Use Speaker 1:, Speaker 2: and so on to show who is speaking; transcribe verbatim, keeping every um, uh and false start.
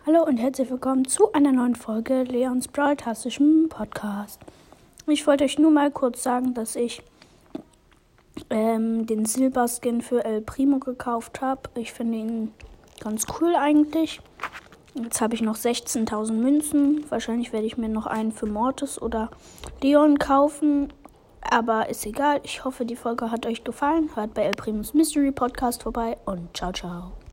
Speaker 1: Hallo und herzlich willkommen zu einer neuen Folge Leons Brawl-tastischem Podcast. Ich wollte euch nur mal kurz sagen, dass ich ähm, den Silberskin für El Primo gekauft habe. Ich finde ihn ganz cool eigentlich. Jetzt habe ich noch sechzehntausend Münzen. Wahrscheinlich werde ich mir noch einen für Mortis oder Leon kaufen. Aber ist egal. Ich hoffe, die Folge hat euch gefallen. Hört bei El Primos Mystery Podcast vorbei und ciao, ciao.